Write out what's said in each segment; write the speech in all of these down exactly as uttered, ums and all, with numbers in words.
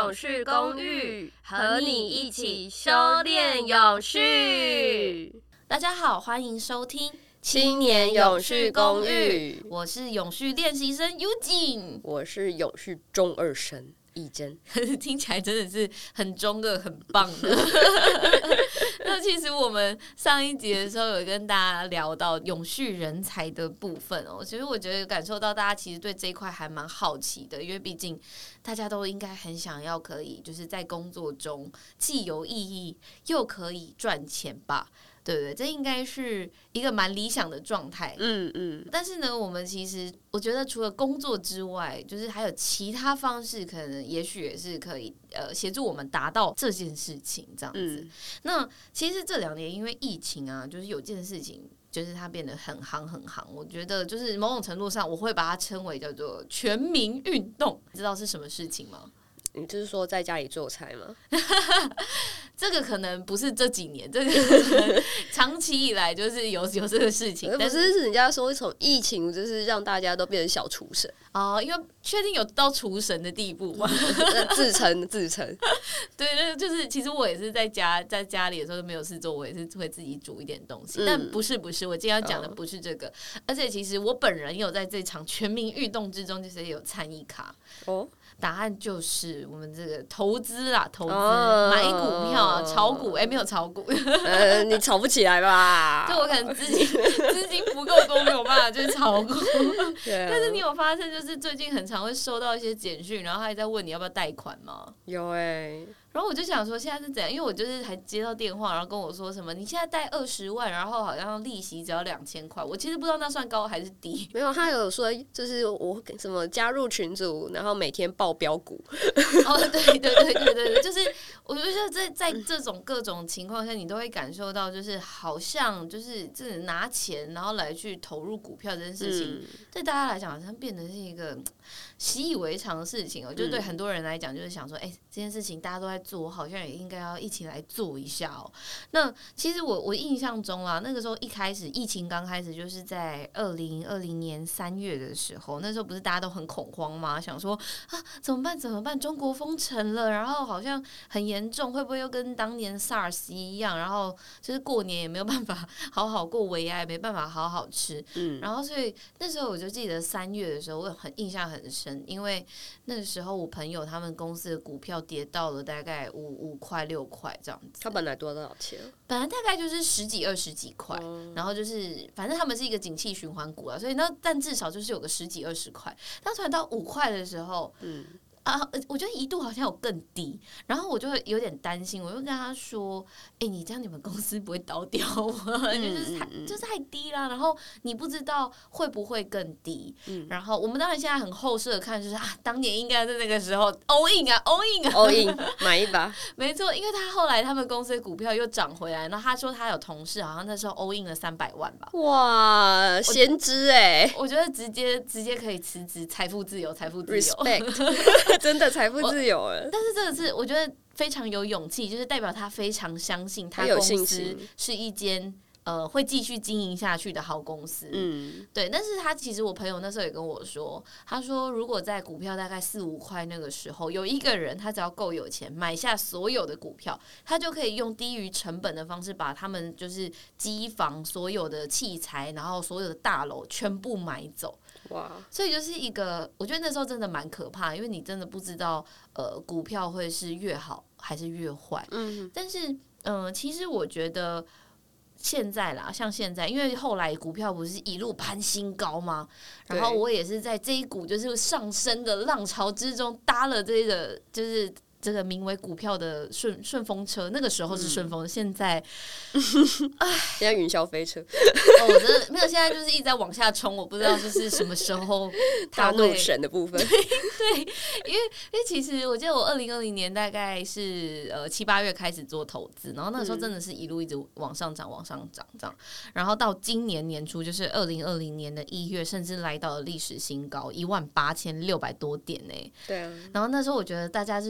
永续公寓，和你一起修炼永续。 大家好，欢迎收听青年永续公寓， 我是永续练习生 Eugene， 我是永续中二生义珍。 听起来真的是很中二，很棒的。那其实我们上一集的时候有跟大家聊到永续人才的部分哦，其实我觉得感受到大家其实对这一块还蛮好奇的，因为毕竟大家都应该很想要可以就是在工作中既有意义又可以赚钱吧。对对，这应该是一个蛮理想的状态。 嗯嗯。 但是呢，我们其实我觉得除了工作之外，就是还有其他方式，可能也许也是可以呃协助我们达到这件事情这样子。嗯、那其实这两年因为疫情啊，就是有件事情。就是它变得很夯很夯，我觉得就是某种程度上，我会把它称为叫做全民运动。你知道是什么事情吗？ 你就是说在家里做菜吗？ 这个可能不是这几年，这个可能长期以来就是有有这个事情。 不是，是人家说从疫情就是让大家都变成小厨神哦，因为确定有到厨神的地步吗？ 自称自称， 对，那就是其实我也是在家在家里的时候没有事做，我也是会自己煮一点东西。嗯、但不是不是，我今天要讲的不是这个，哦、而且其实我本人有在这场全民运动之中，就是有参与卡哦。答案就是我们这个投资啦，投资、哦、买股票啊，炒股，哎、欸，没有炒股， 呃，你炒不起来吧？ 就我可能资金资金不够多，没有办法去炒股。Yeah. 但是你有发现，就是最近很常会收到一些简讯，然后他还在问你要不要贷款吗？ 有哎、欸。 然后我就想说现在是怎样，因为我就是还接到电话，然后跟我说什么你现在贷二十万，然后好像利息只要两千块，我其实不知道那算高还是低。 没有，他有说就是我什么加入群组，然后每天报标股。 哦，对对对对对对，就是我觉得在在这种各种情况下，你都会感受到，就是好像就是这拿钱然后来去投入股票这件事情，嗯、对大家来讲好像变得是一个习以为常的事情哦。就对很多人来讲，就是想说，哎、欸，这件事情大家都在做，我好像也应该要一起来做一下哦。那其实我我印象中啊，那个时候一开始疫情刚开始，就是在二零二零年三月的时候，那时候不是大家都很恐慌吗？想说啊，怎么办？怎么办？中国封城了，然后好像很严重，会不会又跟当年 SARS 一样？然后就是过年也没有办法好好过维哀，没办法好好吃。嗯，然后所以那时候我就记得三月的时候，我很印象很深，因为那个时候我朋友他们公司的股票跌到了大概五五块六块这样子。 他本来多少钱？ 本来大概就是十几二十几块，嗯、然后就是反正他们是一个景气循环股啊，所以那但至少就是有个十几二十块。当突然到五块的时候，嗯。啊，我觉得一度好像有更低，然后我就会有点担心，我就跟他说：“哎、欸，你这样你们公司不会倒掉吗？嗯、就是太就是太低啦，然后你不知道会不会更低。嗯、然后我们当然现在很后设的看，就是啊，当年应该在那个时候 all in 啊 all in 啊 all in 买一把， 没错，因为他后来他们公司的股票又涨回来，然后他说他有同事好像那时候 all in 了三百万吧， 哇，先知哎、欸， 我觉得直接直接可以辞职，财富自由，财富自由 ，respect。真的财富自由了， 但是这个是我觉得非常有勇气，就是代表他非常相信他公司是一间呃会继续经营下去的好公司。嗯，对。但是他其实我朋友那时候也跟我说，他说如果在股票大概四五块那个时候，有一个人他只要够有钱买下所有的股票，他就可以用低于成本的方式把他们就是机房所有的器材，然后所有的大楼全部买走。哇！所以就是一个，我觉得那时候真的蛮可怕，因为你真的不知道，呃，股票会是越好还是越坏。嗯，但是，嗯、呃，其实我觉得现在啦，像现在，因为后来股票不是一路攀新高吗？然后我也是在这一股就是上升的浪潮之中搭了这个，就是。这个名为股票的顺顺风车，那个时候是顺风，嗯、现在， 现在云霄飞车。 哦，我真的没有，现在就是一直在往下冲，我不知道就是什么时候大怒神的部分。 对对，因为因为其实我记得我二零二零年大概是呃七八月开始做投资，然后那个时候真的是一路一直往上涨，往上涨这样，然后到今年年初就是二零二零年的一月，甚至来到了历史新高一万八千六百多点呢。 对啊， 然后那时候我觉得大家就是。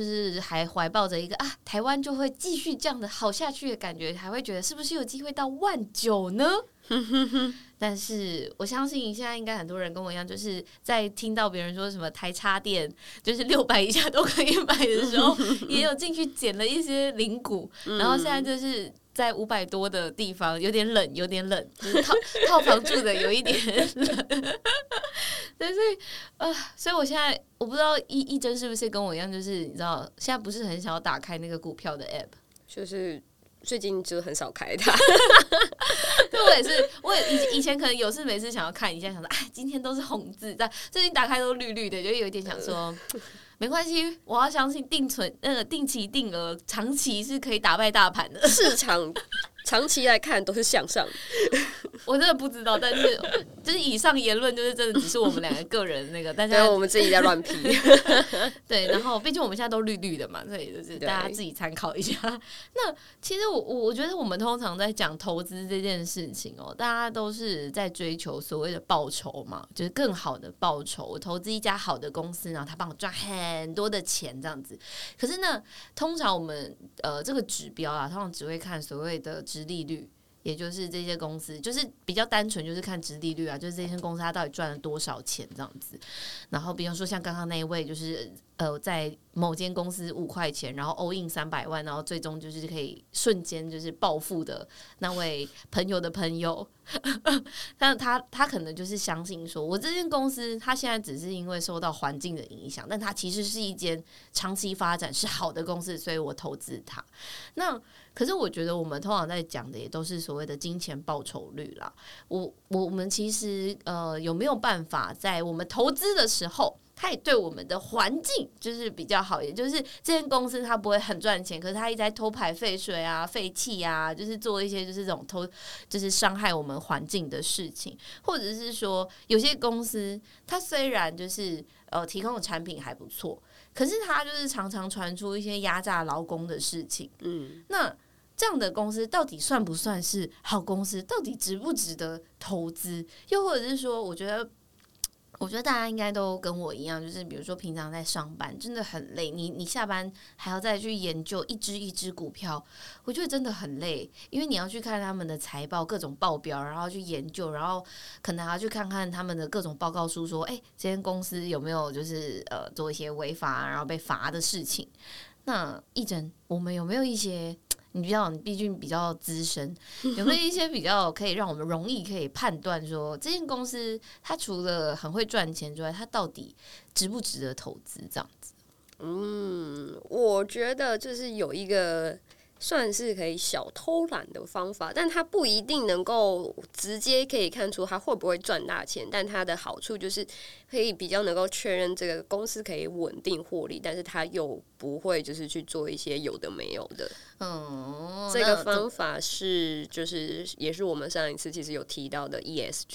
还怀抱着一个啊，台湾就会继续这样的好下去的感觉，还会觉得是不是有机会到万九呢？但是我相信现在应该很多人跟我一样，就是在听到别人说什么台插电就是六百以下都可以买的时候，也有进去捡了一些零股，然后现在就是在五百多的地方，有点冷，有点冷，就是套套房住的有一点冷。对，所以呃，所以我现在我不知道一一真是不是跟我一样，就是你知道，现在不是很想要打开那个股票的 app， 就是最近就很少开它。 对，我也是，我也以以前可能有事没事想要看一下，想说哎，今天都是红字，但最近打开都绿绿的，就有一点想说。没关系，我要相信定存那个定期定额长期是可以打败大盘的。 市场长期来看都是向上。 我真的不知道，但是就是以上言论就是真的只是我们两个个人那个，但是我们自己在乱批。 对，然后毕竟我们现在都绿绿的嘛，所以就是大家自己参考一下。那其实我我觉得我们通常在讲投资这件事情哦，大家都是在追求所谓的报酬嘛，就是更好的报酬。我投资一家好的公司，然后他帮我赚很多的钱这样子。可是呢，通常我们呃这个指标啊，通常只会看所谓的殖利率。也就是这些公司，就是比较单纯，就是看殖利率啊，就是这些公司它到底赚了多少钱这样子。然后，比方说像刚刚那一位，就是呃，在某间公司五块钱，然后 all in 三百万，然后最终就是可以瞬间就是暴富的那位朋友的朋友，但他他可能就是相信说，我这间公司它现在只是因为受到环境的影响，但它其实是一间长期发展是好的公司，所以我投资它。那可是我觉得我们通常在讲的也都是所谓的金钱报酬率啦。我我们其实呃有没有办法在我们投资的时候，它也对我们的环境就是比较好，也就是这间公司它不会很赚钱，可是它一直在偷排废水啊、废气啊，就是做一些就是这种偷，就是伤害我们环境的事情，或者是说有些公司它虽然就是呃提供的产品还不错，可是它就是常常传出一些压榨劳工的事情，嗯，那这样的公司到底算不算是好公司？到底值不值得投资？又或者是说，我觉得。我觉得大家应该都跟我一样，就是比如说平常在上班真的很累，你你下班还要再去研究一只一只股票，我觉得真的很累，因为你要去看他们的财报各种报表，然后去研究，然后可能还要去看看他们的各种报告书，说哎，这间公司有没有就是呃做一些违法然后被罚的事情。那一整我们有没有一些？你比较，你毕竟比较资深，有没有一些比较可以让我们容易可以判断说，这间公司它除了很会赚钱之外，它到底值不值得投资？这样子。 嗯，我觉得就是有一个算是可以小偷懒的方法，但它不一定能够直接可以看出它会不会赚大钱，但它的好处就是可以比较能够确认这个公司可以稳定获利，但是它又不会就是去做一些有的没有的。嗯，这个方法是就是也是我们上一次其实有提到的 E S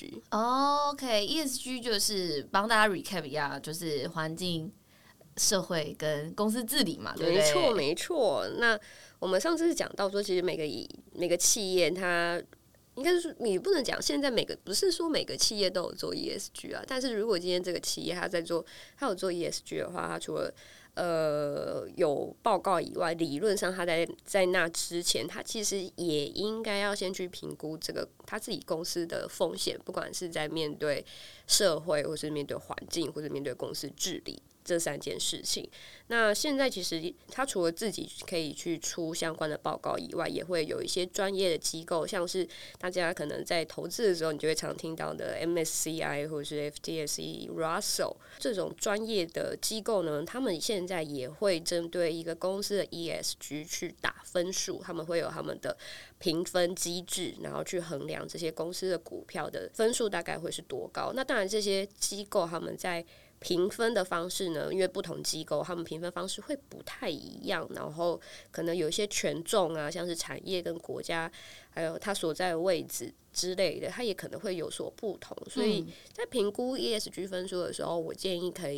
G。OK，E S G 就是帮大家 recap 一下，就是环境、社会跟公司治理嘛，对不对？ 没错，没错。那我们上次是讲到说，其实每个每个企业它应该是你不能讲现在每个不是说每个企业都有做 E S G 啊，但是如果今天这个企业它在做它有做 E S G 的话，它除了呃有报告以外，理论上它在在那之前，它其实也应该要先去评估这个他自己公司的风险，不管是在面对社会，或是面对环境，或是面对公司治理。这三件事情，那现在其实他除了自己可以去出相关的报告以外，也会有一些专业的机构，像是大家可能在投资的时候，你就会常听到的 M S C I 或是 F T S E、Russell 这种专业的机构呢，他们现在也会针对一个公司的 E S G 去打分数，他们会有他们的评分机制，然后去衡量这些公司的股票的分数大概会是多高。那当然，这些机构他们在评分的方式呢，因为不同机构他们评分方式会不太一样，然后可能有一些权重啊，像是产业跟国家，还有它所在的位置之类的，它也可能会有所不同。所以在评估 E S G 分数的时候，我建议可以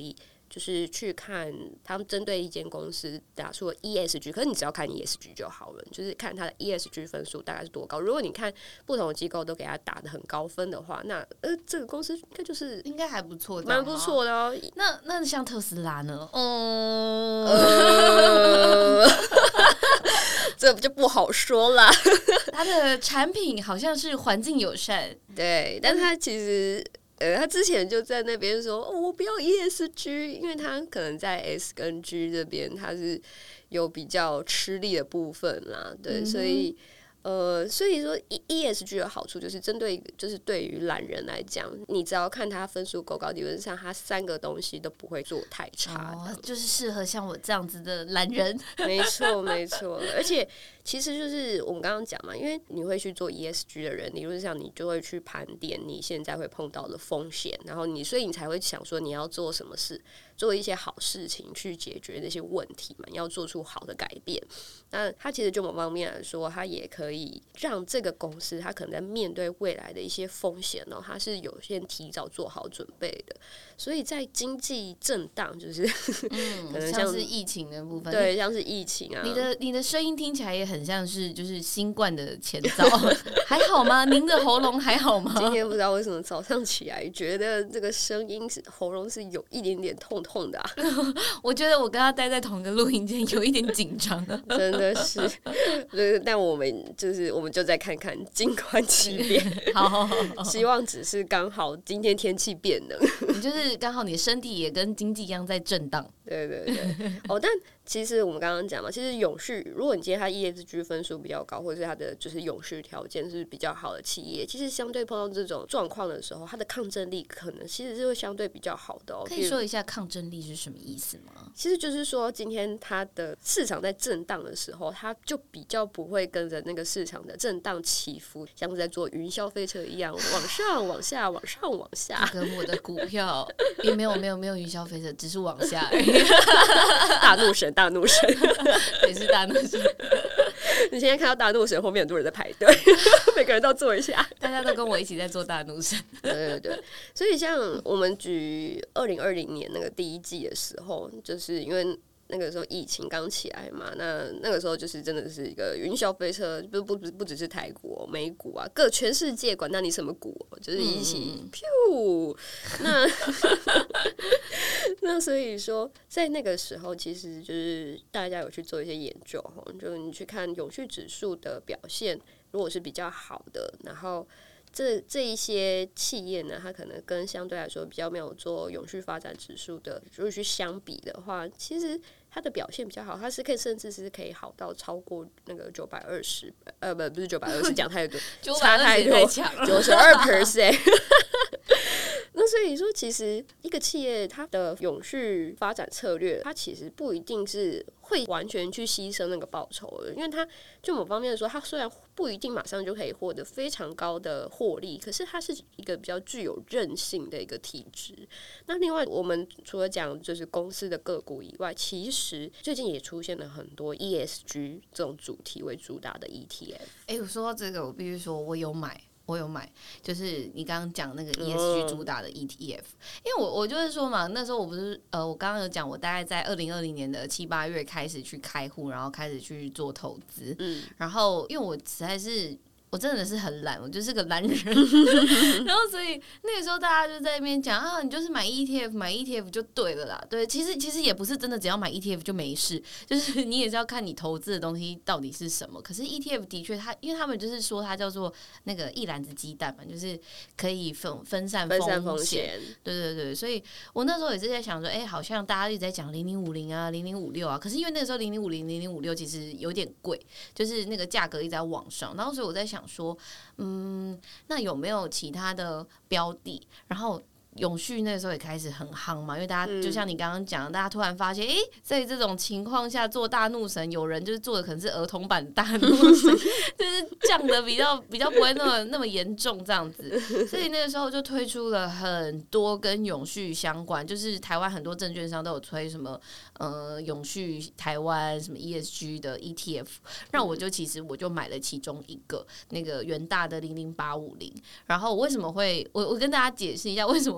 就是去看他们针对一间公司打出了 E S G， 可是你只要看 E S G 就好了，就是看它的 E S G 分数大概是多高。如果你看不同的机构都给他打得很高分的话，那呃这个公司应该就是应该还不错， 蛮不错的哦。 那那像特斯拉呢？嗯， 呃、这就不好说啦。 它的产品好像是环境友善， 对，但它其实。呃，他之前就在那边说，哦，我不要 E S G， 因为他可能在 S 跟 G 这边他是有比较吃力的部分啦，对，嗯、所以呃，所以说 E S G 的好处就是针对，就是对于懒人来讲，你只要看他分数够高，理论上他三个东西都不会做太差、 哦，就是适合像我这样子的懒人。 没错，没错，而且。其实就是我们刚刚讲嘛，因为你会去做 E S G 的人，理论上你就会去盘点你现在会碰到的风险，然后你所以你才会想说你要做什么事，做一些好事情去解决那些问题嘛，你要做出好的改变。那它其实就某方面来说，它也可以让这个公司它可能在面对未来的一些风险哦，它是有些提早做好准备的。所以在经济震荡，就是嗯， 可能像是疫情的部分， 对，像是疫情啊， 你的你的声音听起来也很像是就是新冠的前兆，还好吗？您的喉咙还好吗？ 今天不知道为什么早上起来觉得这个声音是喉咙是有一点点痛痛的、啊， 我觉得我跟他待在同一个录音间有一点紧张， 真的是，但我们就是我们就再看看，静观其变。 好好好好， 希望只是刚好今天天气变冷， 你就是刚好你的身体也跟经济一样在震荡。 对对对，哦，但其实我们刚刚讲嘛，其实永续，如果你今天它 E S G 分数比较高，或者是它的就是永续条件是比较好的企业，其实相对碰到这种状况的时候，它的抗震力可能其实是会相对比较好的哦。 可以说一下抗震力是什么意思吗？ 其实就是说，今天它的市场在震荡的时候，它就比较不会跟着那个市场的震荡起伏，像是在坐云霄飞车一样，往上、往下、往上、往下。 跟我的股票也没有没有没有云霄飞车，只是往下而已。 大怒神，大怒神， 也是大怒神。 你现在看到大怒神后面很多人在排队，每个人都坐一下， 大家都跟我一起在做大怒神。 对对对，所以像我们举二零二零年那个第一季的时候，就是因为那个时候疫情刚起来嘛，那那个时候就是真的是一个云霄飞车，不不不不只是台股、美股啊，各全世界管那你什么股，就是一起噗，那那所以说在那个时候，其实就是大家有去做一些研究，就你去看永续指数的表现，如果是比较好的，然后。这这一些企业呢，它可能跟相对来说比较没有做永续发展指数的，如果去相比的话，其实它的表现比较好，它是可以甚至是可以好到超过那个九百二十，呃，不不是九百二十，讲太多，差太多，九十二 percent。那所以说，其实一个企业它的永续发展策略，它其实不一定是会完全去牺牲那个报酬的，因为它就某方面说，它虽然不一定马上就可以获得非常高的获利，可是它是一个比较具有韧性的一个体质。那另外，我们除了讲就是公司的个股以外，其实最近也出现了很多 E S G 这种主题为主打的 E T F。 哎、欸，我说到这个，我必须说，我有买。我有买，就是你刚刚讲那个 E S G 主打的 E T F，、嗯、因为我我就是说嘛，那时候我不是呃，我刚刚有讲，我大概在二零二零年的七八月开始去开户，然后开始去做投资，嗯，然后因为我实在是。我真的是很懒，我就是个懒人，然后所以那个时候大家就在那边讲啊，你就是买 E T F， 买 E T F 就对了啦。对，其实其实也不是真的只要买 E T F 就没事，就是你也是要看你投资的东西到底是什么。可是 E T F 的确它，因为他们就是说它叫做那个一篮子鸡蛋嘛，就是可以分分散风险。对对对，所以我那时候也是在想说，哎、欸，好像大家一直在讲零零五零啊，零零五六啊，可是因为那个时候零零五零、零零五六其实有点贵，就是那个价格一直在往上，然后所以我在想。说，嗯，那有没有其他的标的？然后永续那时候也开始很夯嘛，因为大家就像你刚刚讲，大家突然发现，哎、欸，在这种情况下做大怒神，有人就是做的可能是儿童版大怒神，就是降的比较比较不会那么那么严重这样子，所以那个时候就推出了很多跟永续相关，就是台湾很多证券商都有推什么呃永续台湾什么 E S G 的 E T F， 那我就其实我就买了其中一个那个元大的零零八五零，然后我为什么会我我跟大家解释一下为什么。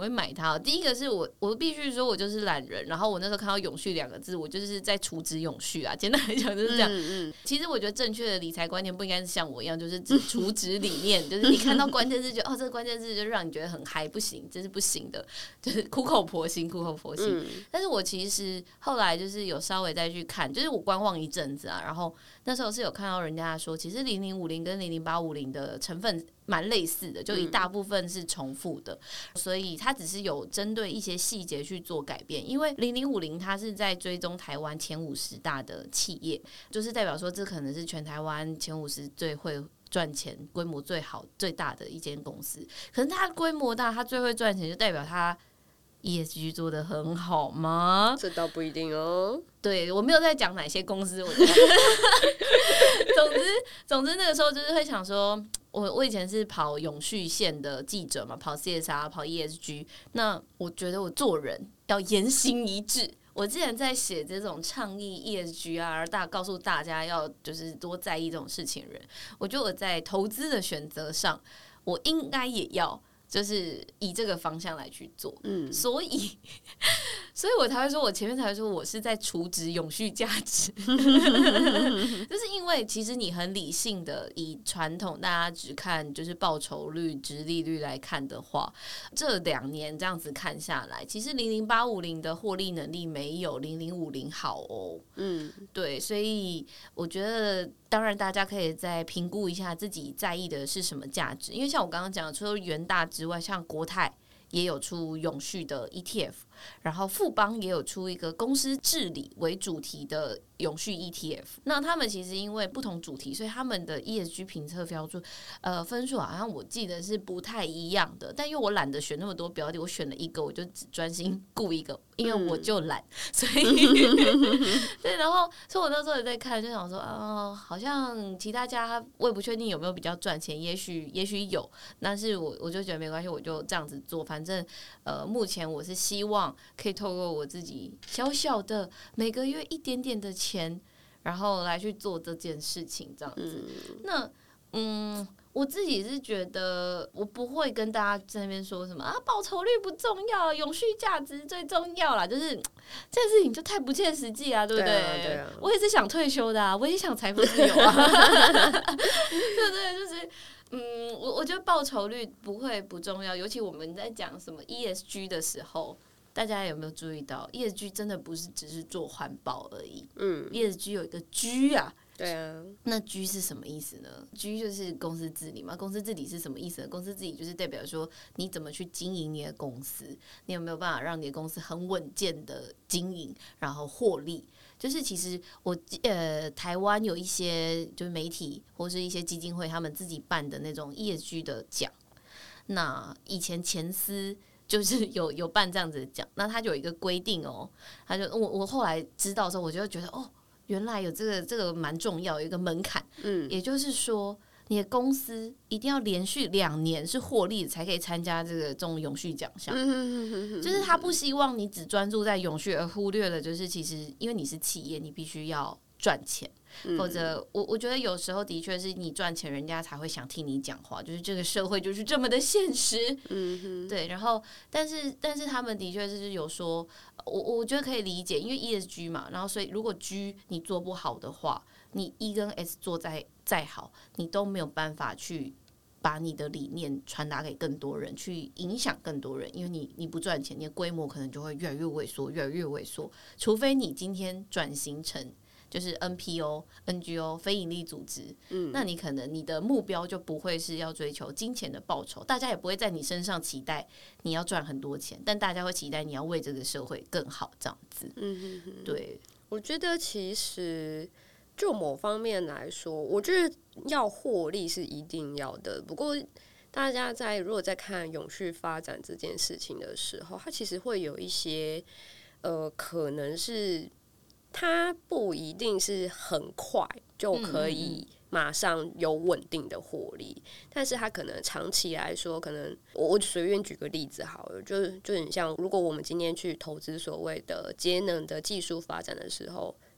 会买它？第一个是我我必须说我就是懒人，然后我那时候看到永续两个字，我就是在储值永续啊，简单来讲就是这样。嗯嗯，其实我觉得正确的理财观念不应该是像我一样，就是只储值理念，就是你看到关键字觉得哦，这个关键字就让你觉得很嗨，不行，这是不行的，就是苦口婆心，苦口婆心。嗯、但是我其实后来就是有稍微再去看，就是我观望一阵子啊，然后那时候是有看到人家说，其实零零五零跟零零八五零的成分蛮类似的，就一大部分是重复的，嗯、所以它只是有针对一些细节去做改变。因为零零五零它是在追踪台湾前五十大的企业，就是代表说这可能是全台湾前五十最会赚钱、规模最好、最大的一间公司。可是它规模大，它最会赚钱，就代表它 E S G 做得很好吗？ 这倒不一定哦。 对，我没有在讲哪些公司，我觉得总之总之那个时候就是会想说，我我以前是跑永续线的记者嘛，跑 C S R 跑 E S G， 那我觉得我做人要言行一致。我之前在写这种倡议 E S G 啊，大告诉大家要就是多在意这种事情的人，我觉得我在投资的选择上，我应该也要就是以这个方向来去做，嗯，所以，所以我才会说，我前面才会说我是在储值永续价值，就是因为其实你很理性的以传统大家只看就是报酬率、殖利率来看的话，这两年这样子看下来，其实零零八五零的获利能力没有零零五零好哦，嗯，对，所以我觉得。当然，大家可以再评估一下自己在意的是什么价值，因为像我刚刚讲的，除了元大之外，像国泰也有出永续的 E T F， 然后富邦也有出一个公司治理为主题的永续 E T F。那他们其实因为不同主题，所以他们的 E S G 评测标准，呃，分数好像我记得是不太一样的。但因为我懒得选那么多标的，我选了一个，我就只专心顾一个，因为我就懒，所以对。然后，所以我那时候也在看，就想说，哦，好像其他家我也不确定有没有比较赚钱，也许也许有，但是我我就觉得没关系，我就这样子做，反正呃，目前我是希望可以透过我自己小小的每个月一点点的钱，然后来去做这件事情，这样子。嗯那嗯，我自己是觉得我不会跟大家在那边说什么啊，报酬率不重要，永续价值最重要啦。就是这件事情就太不切实际啊，对不对？对啊对啊，我也是想退休的啊，我也想财富自由啊，对不对？就是。嗯，我我觉得报酬率不会不重要，尤其我们在讲什么 E S G 的时候，大家有没有注意到 E S G 真的不是只是做环保而已？嗯 ，E S G 有一个 G 啊， 对啊， 那 G 是什么意思呢 ？G 就是公司治理嘛。公司治理是什么意思呢？公司治理就是代表说你怎么去经营你的公司，你有没有办法让你的公司很稳健的经营，然后获利。就是其实我呃台湾有一些就是媒体或是一些基金会他们自己办的那种 E S G 的奖，那以前前司就是有有办这样子的奖，那他就有一个规定哦，他就我我后来知道的时候，我就觉得哦，原来有这个这个蛮重要，有一个门槛，嗯，也就是说。你的公司一定要连续两年是获利才可以参加这个这种永续奖项，就是他不希望你只专注在永续，而忽略了就是其实因为你是企业，你必须要赚钱，否则我我觉得有时候的确是你赚钱，人家才会想听你讲话，就是这个社会就是这么的现实，对。然后，但是但是他们的确是有说，我我觉得可以理解，因为 E S G 嘛，然后所以如果 G 你做不好的话，你 E 跟 S 做再再好，你都没有办法去把你的理念传达给更多人，去影响更多人，因为你你不赚钱，你的规模可能就会越来越萎缩，越来越萎缩。除非你今天转型成就是 N P O、N G O 非营利组织，嗯，那你可能你的目标就不会是要追求金钱的报酬，大家也不会在你身上期待你要赚很多钱，但大家会期待你要为这个社会更好，这样子。嗯哼哼，对， 我觉得其实。就某方面来说，我觉得要获利是一定要的。不过，大家在如果在看永续发展这件事情的时候，它其实会有一些呃，可能是它不一定是很快就可以马上有稳定的获利，嗯、但是它可能长期来说，可能我我随便举个例子好了，就就很像，如果我们今天去投资所谓的节能的技术发展的时候。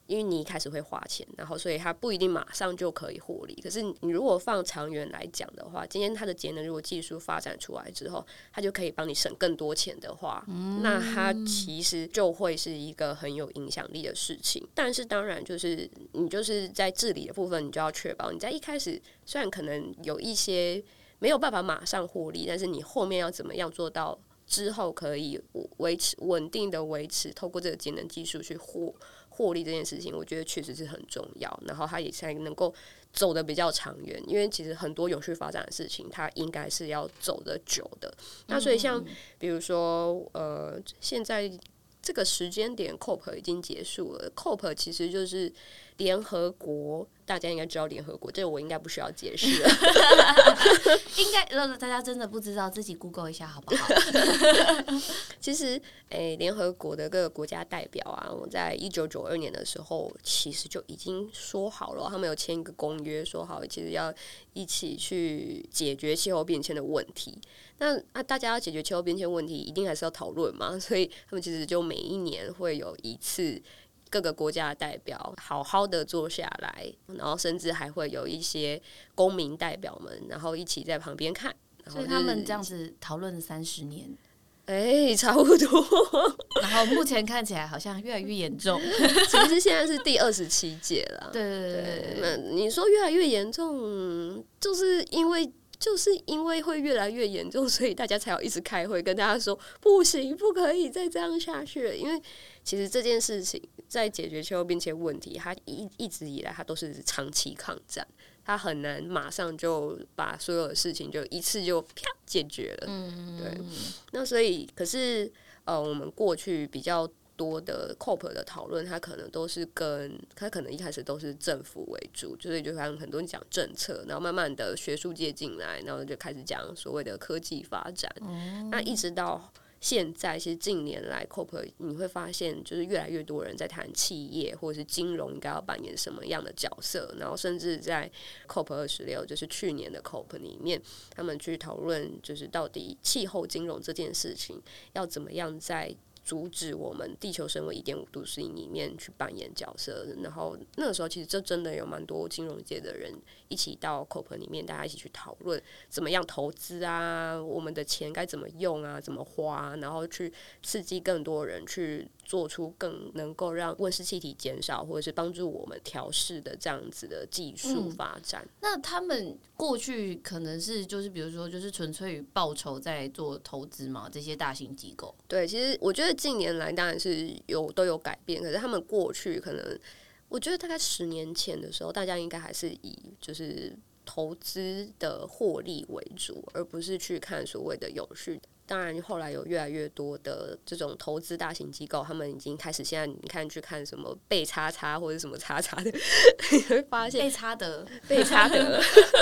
因为你一开始会花钱，然后所以它不一定马上就可以获利。可是你如果放长远来讲的话，今天它的节能如果技术发展出来之后，它就可以帮你省更多钱的话，嗯、那它其实就会是一个很有影响力的事情。但是当然就是你就是在治理的部分，你就要确保你在一开始虽然可能有一些没有办法马上获利，但是你后面要怎么样做到之后可以维持稳定的维持，透过这个节能技术去获获利这件事情，我觉得确实是很重要。然后它也才能够走得比较长远，因为其实很多永续发展的事情，它应该是要走得久的。那所以像比如说，呃，现在这个时间点 C O P 已经结束了 ，C O P 其实就是联合国，大家应该知道联合国，这个我应该不需要解释了。 应该让大家真的不知道，自己 Google 一下好不好？ 其实，诶，联合国的各个国家代表啊，我在一九九二年的时候，其实就已经说好了，他们有签一个公约，说好其实要一起去解决气候变迁的问题。那啊，大家要解决气候变迁问题，一定还是要讨论嘛，所以他们其实就每一年会有一次。各个国家的代表好好的坐下来，然后甚至还会有一些公民代表们，然后一起在旁边看。 所以他们这样子讨论了三十年， 哎、欸，差不多。 然后目前看起来好像越来越严重。 其实现在是第二十七届了。 对对对对，你说越来越严重，就是因为。就是因为会越来越严重，所以大家才要一直开会跟大家说不行，不可以再这样下去了。因为其实这件事情在解决气候变迁问题，它一一直以来它都是长期抗战，它很难马上就把所有的事情就一次就啪解决了。嗯，对。那所以，可是呃，我们过去比较。多的 C O P 的讨论，它可能都是跟它可能一开始都是政府为主，就是就像很多人讲政策，然后慢慢的学术界进来，然后就开始讲所谓的科技发展。嗯、那一直到现在，其实近年来 C O P 你会发现，就是越来越多人在谈企业或者是金融应该要扮演什么样的角色，然后甚至在 C O P 二十六，就是去年的 C O P 里面，他们去讨论，就是到底气候金融这件事情要怎么样在。阻止我们地球升为一点五度 C 里面去扮演角色，然后那个时候其实这真的有蛮多金融界的人一起到 C O P 里面，大家一起去讨论怎么样投资啊，我们的钱该怎么用啊，怎么花，然后去刺激更多人去做出更能够让温室气体减少，或者是帮助我们调适的这样子的技术发展。嗯、 那他们过去可能是就是比如说就是纯粹于报酬在做投资嘛，这些大型机构。 对，其实我觉得近年来当然是有都有改变，可是他们过去可能，我觉得大概十年前的时候，大家应该还是以就是投资的获利为主，而不是去看所谓的永续。当然，后来有越来越多的这种投资大型机构，他们已经开始现在你看去看什么贝叉叉或者什么叉叉的，你会发现贝叉德、 贝叉德。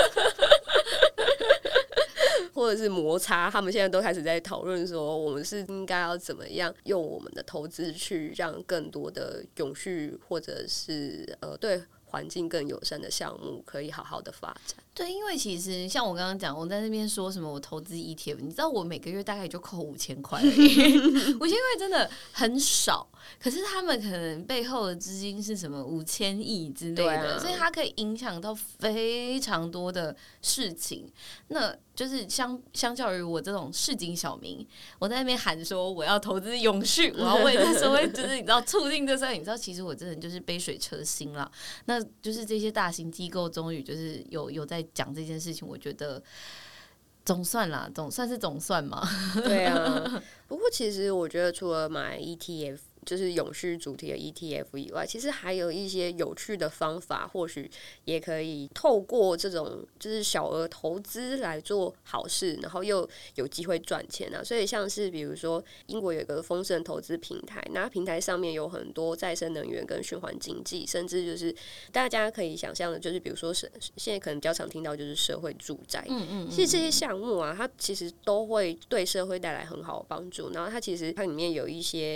或者是摩擦，他们现在都开始在讨论说，我们是应该要怎么样用我们的投资去让更多的永续或者是呃对环境更友善的项目可以好好的发展。 对，因为其实像我刚刚讲，我在那边说什么我投资 E T F， 你知道我每个月大概也就扣五千块而已，五千块真的很少。可是他们可能背后的资金是什么五千亿之类的，啊、所以它可以影响到非常多的事情。那就是相相较于我这种市井小民，我在那边喊说我要投资永续，我要为这社会就是你知道促进这社会，你知道其实我真的就是杯水车薪啦。那就是这些大型机构终于就是有有在讲这件事情，我觉得。总算啦，总算是总算嘛。 对啊，不过其实我觉得除了买 E T F， 就是永续主题的 E T F 以外，其实还有一些有趣的方法，或许也可以透过这种就是小额投资来做好事，然后又有机会赚钱啊。所以像是比如说英国有一个丰盛投资平台，那平台上面有很多再生能源跟循环经济，甚至就是大家可以想象的，就是比如说是现在可能比较常听到就是社会住宅，嗯嗯嗯，其实这些项目啊，它其实都会对社会带来很好的帮助。然后它其实它里面有一些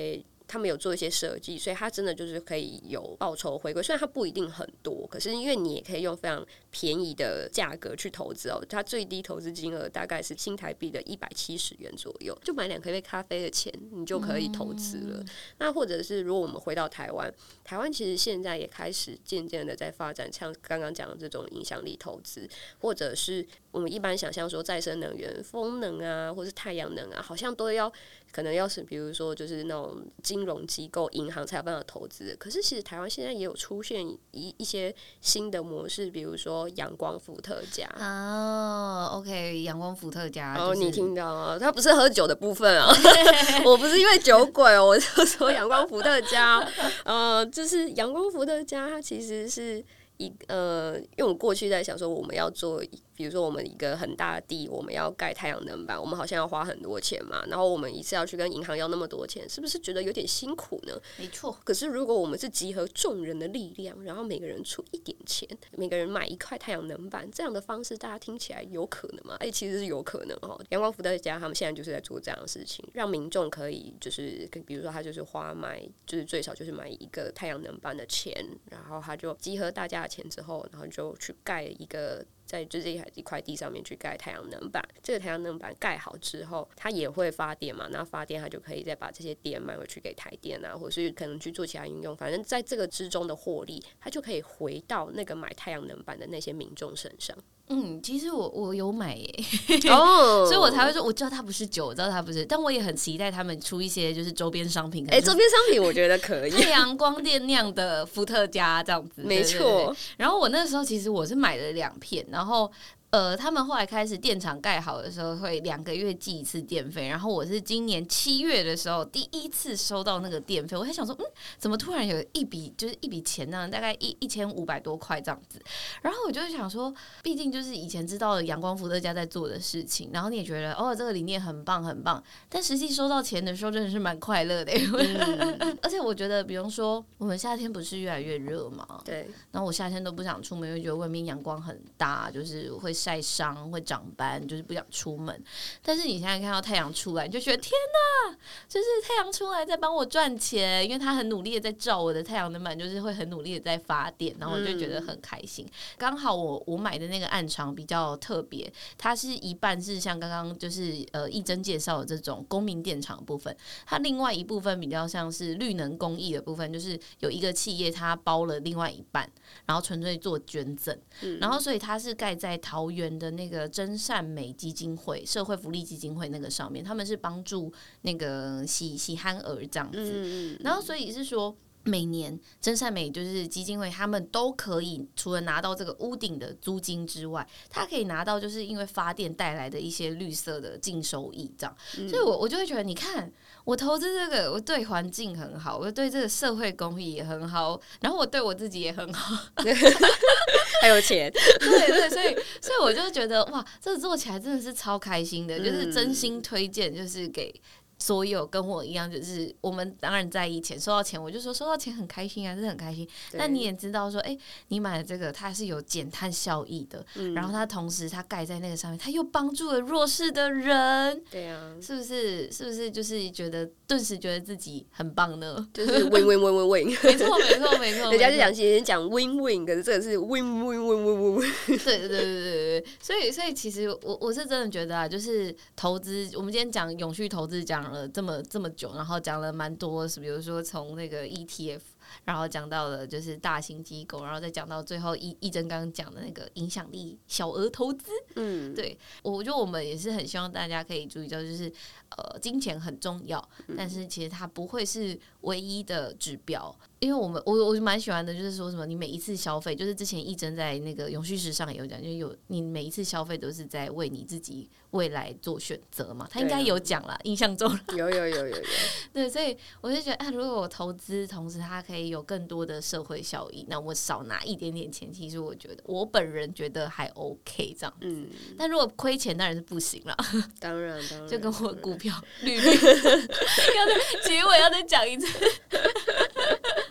他们有做一些设计，所以它真的就是可以有报酬回馈。虽然它不一定很多，可是因为你也可以用非常便宜的价格去投资哦。它最低投资金额大概是新台币的一百七十元左右，就买两杯咖啡的钱，你就可以投资了。嗯、那或者是如果我们回到台湾，台湾其实现在也开始渐渐的在发展，像刚刚讲的这种影响力投资，或者是我们一般想象说再生能源、风能啊，或是太阳能啊，好像都要可能要是比如说就是那种金融机构、银行才有办法投资。可是其实台湾现在也有出现一一些新的模式，比如说阳光伏特加。 哦 ，OK， 阳光伏特加、就是。 哦，你听到啊？它不是喝酒的部分啊，我不是因为酒鬼哦，我就说阳光伏特加。呃，就是阳光伏特加，它其实是一呃，因为我过去在想说我们要做。比如说我们一个很大的地，我们要盖太阳能板，我们好像要花很多钱嘛，然后我们一次要去跟银行要那么多钱，是不是觉得有点辛苦呢？ 没错。 可是如果我们是集合众人的力量，然后每个人出一点钱，每个人买一块太阳能板，这样的方式大家听起来有可能吗？哎、欸，其实是有可能哦。阳光伏特加他们现在就是在做这样的事情，让民众可以就是比如说他就是花买就是最少就是买一个太阳能板的钱，然后他就集合大家的钱之后，然后就去盖一个。在就这一块地上面去盖太阳能板，这个太阳能板盖好之后，它也会发电嘛？那发电它就可以再把这些电卖回去给台电啊，或是可能去做其他应用。反正在这个之中的获利，它就可以回到那个买太阳能板的那些民众身上。 嗯，其实我我有买耶，哦，所以我才会说，我知道它不是酒，我知道它不是，但我也很期待他们出一些就是周边商品。 哎、欸，周边商品我觉得可以， 太阳光电酿的伏特加这样子， 没错。 然后我那时候其实我是买了两片，然后。呃，他们后来开始电厂盖好的时候，会两个月寄一次电费。然后我是今年七月的时候第一次收到那个电费，我还想说，嗯，怎么突然有一笔就是一笔钱呢？大概一一千五百多块这样子。然后我就想说，毕竟就是以前知道了阳光伏特加在做的事情，然后你也觉得哦，这个理念很棒很棒。但实际收到钱的时候，真的是蛮快乐的。嗯、而且我觉得，比方说我们夏天不是越来越热嘛？ 对。然后我夏天都不想出门，因为觉得外面阳光很大，就是会。晒伤会长斑，就是不想出门。但是你现在看到太阳出来，你就觉得天哪，就是太阳出来在帮我赚钱，因为他很努力的在照我的太阳能板，就是会很努力的在发电，然后我就觉得很开心。刚、嗯、好我我买的那个暗场比较特别，它是一半是像刚刚就是呃一真介绍的这种公民电厂的部分，它另外一部分比较像是绿能公益的部分，就是有一个企业它包了另外一半，然后纯粹做捐赠、嗯，然后所以它是盖在桃园的那个真善美基金会社会福利基金会那个上面，他们是帮助那个喜喜憨儿这样子、嗯、然后所以是说每年真善美就是基金会他们都可以除了拿到这个屋顶的租金之外，他可以拿到就是因为发电带来的一些绿色的净收益这样、嗯、所以我我就会觉得你看我投资这个我对环境很好，我对这个社会公益也很好，然后我对我自己也很好还有钱对对，所以所以我就觉得哇，这个做起来真的是超开心的、嗯、就是真心推荐，就是给所有跟我一样，就是我们当然在意钱，收到钱我就说收到钱很开心啊，是很开心。但你也知道说，哎、欸，你买的这个它是有减碳效益的、嗯，然后它同时它盖在那个上面，它又帮助了弱势的人， 对啊， 是不是？是不是就是觉得顿时觉得自己很棒呢？ 就是 win win win win win， 没错没错没错， 人家就讲其实讲 win win， 可是这个是 win win win win win， 对对对对对对，所以所以其实我我是真的觉得啊，就是投资，我们今天讲永续投资讲。了这么这么久，然后讲了蛮多，比如说从那个 E T F， 然后讲到了就是大型机构，然后再讲到最后一一真刚刚讲的那个影响力小额投资。嗯，对，我觉得我们也是很希望大家可以注意到，就是呃，金钱很重要，但是其实它不会是唯一的指标。因为我们我我蛮喜欢的，就是说什么你每一次消费，就是之前一真在那个永续时尚也有讲，就有你每一次消费都是在为你自己未来做选择嘛，他应该有讲啦，印象中有有有有有， 对，所以我就觉得啊，如果我投资，同时它可以有更多的社会效益，那我少拿一点点钱，其实我觉得我本人觉得还 OK 这样子，嗯，但如果亏钱当然是不行啦， 当然当然， 就跟我股票绿绿要在结尾要再讲一次。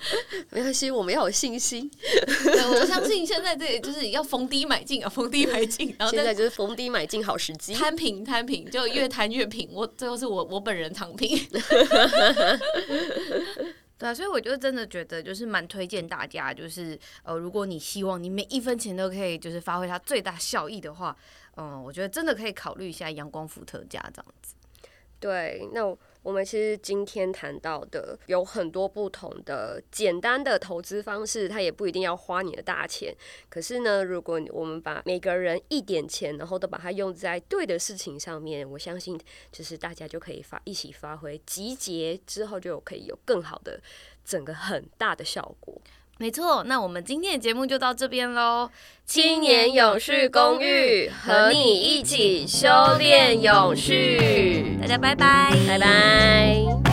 没关系，我们要有信心。 对，我相信现在这里就是要逢低买进啊，逢低买进，然后现在就是逢低买进好时机， 摊平摊平，就越摊越平。我最后是我我本人躺平。 对啊，所以我就真的觉得就是蛮推荐大家，就是呃，如果你希望你每一分钱都可以就是发挥它最大效益的话，嗯，我觉得真的可以考虑一下阳光伏特加这样子。 对，那我们其实今天谈到的有很多不同的简单的投资方式，它也不一定要花你的大钱。可是呢，如果我们把每个人一点钱，然后都把它用在对的事情上面，我相信就是大家就可以发一起发挥，集结之后就可以有更好的整个很大的效果。 没错，那我们今天的节目就到这边咯。 青年永续公寓，和你一起修炼永续。 大家拜拜， 拜拜。